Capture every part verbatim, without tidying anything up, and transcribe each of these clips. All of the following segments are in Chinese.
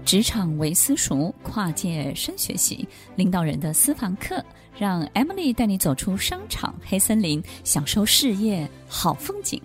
职场微私塾，跨界深学习，领导人的私房课，让 Emily 带你走出商场黑森林，享受事业好风景。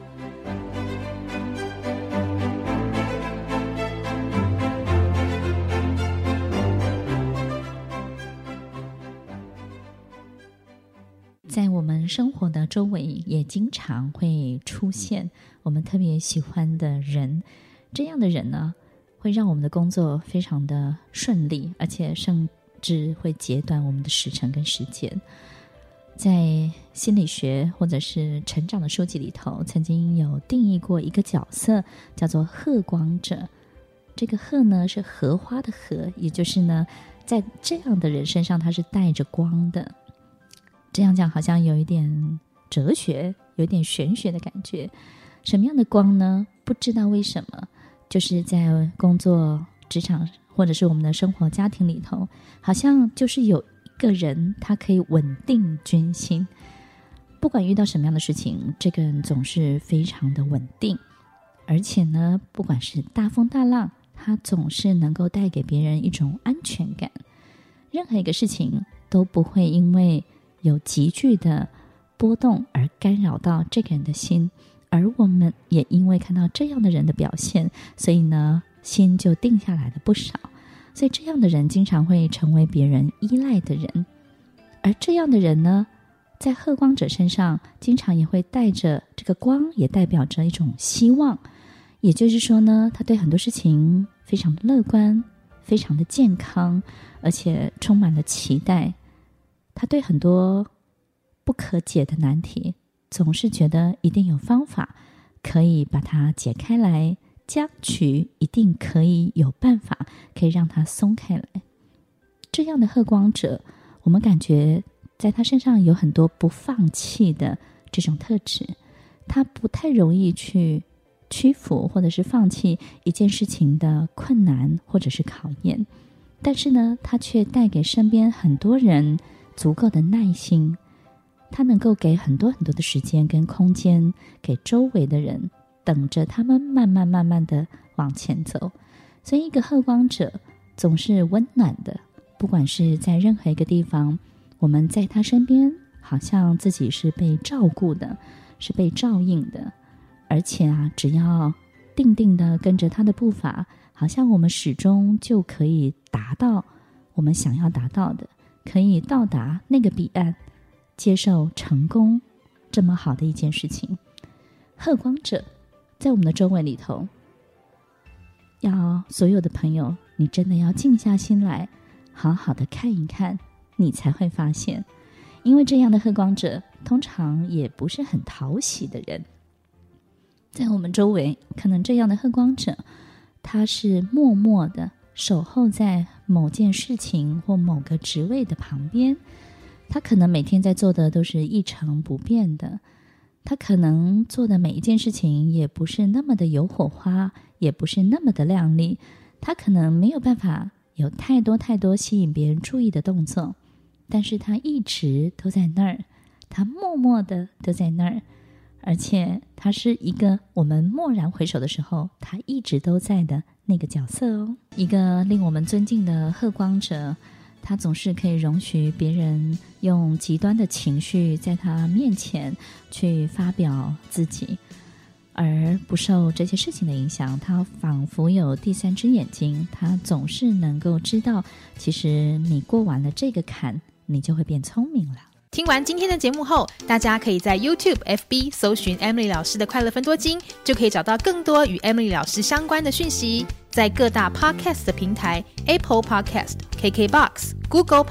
在我们生活的周围也经常会出现我们特别喜欢的人，这样的人呢会让我们的工作非常的顺利，而且甚至会截短我们的时程跟时间。在心理学或者是成长的书籍里头，曾经有定义过一个角色，叫做荷光者。这个荷呢是荷花的荷，也就是呢在这样的人身上他是带着光的。这样讲好像有一点哲学，有一点玄学的感觉。什么样的光呢？不知道为什么就是在工作职场或者是我们的生活家庭里头，好像就是有一个人他可以稳定军心，不管遇到什么样的事情，这个人总是非常的稳定，而且呢不管是大风大浪，他总是能够带给别人一种安全感，任何一个事情都不会因为有急剧的波动而干扰到这个人的心，而我们也因为看到这样的人的表现，所以呢心就定下来了不少。所以这样的人经常会成为别人依赖的人，而这样的人呢在荷光者身上经常也会带着这个光，也代表着一种希望。也就是说呢，他对很多事情非常的乐观，非常的健康，而且充满了期待。他对很多不可解的难题总是觉得一定有方法可以把它解开来，僵局一定可以有办法可以让它松开来。这样的荷光者，我们感觉在他身上有很多不放弃的这种特质，他不太容易去屈服或者是放弃一件事情的困难或者是考验，但是呢他却带给身边很多人足够的耐心，他能够给很多很多的时间跟空间给周围的人，等着他们慢慢慢慢的往前走。所以一个荷光者总是温暖的，不管是在任何一个地方，我们在他身边好像自己是被照顾的，是被照应的，而且啊只要定定的跟着他的步伐，好像我们始终就可以达到我们想要达到的，可以到达那个彼岸，接受成功这么好的一件事情。荷光者在我们的周围里头，要所有的朋友，你真的要静下心来好好的看一看，你才会发现，因为这样的荷光者通常也不是很讨喜的人。在我们周围，可能这样的荷光者他是默默的守候在某件事情或某个职位的旁边，他可能每天在做的都是一成不变的，他可能做的每一件事情也不是那么的有火花，也不是那么的亮丽，他可能没有办法有太多太多吸引别人注意的动作，但是他一直都在那儿，他默默的都在那儿，而且他是一个我们蓦然回首的时候他一直都在的那个角色哦。一个令我们尊敬的荷光者，他总是可以容许别人用极端的情绪在他面前去发表自己，而不受这些事情的影响，他仿佛有第三只眼睛，他总是能够知道，其实你过完了这个坎，你就会变聪明了。 听完今天的节目后，大家可以在 YouTube、F B 搜寻 Emily 老师的快乐分多金，就可以找到更多与 Emily 老师相关的讯息。在各大 Podcast 的平台 Apple Podcast、K K B O X、Google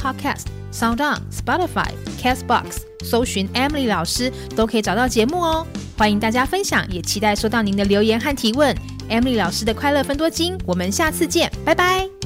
Podcast、SoundOn、Spotify、Castbox 搜寻 Emily 老师都可以找到节目哦。欢迎大家分享，也期待收到您的留言和提问。Emily 老师的快乐分多金，我们下次见，拜拜。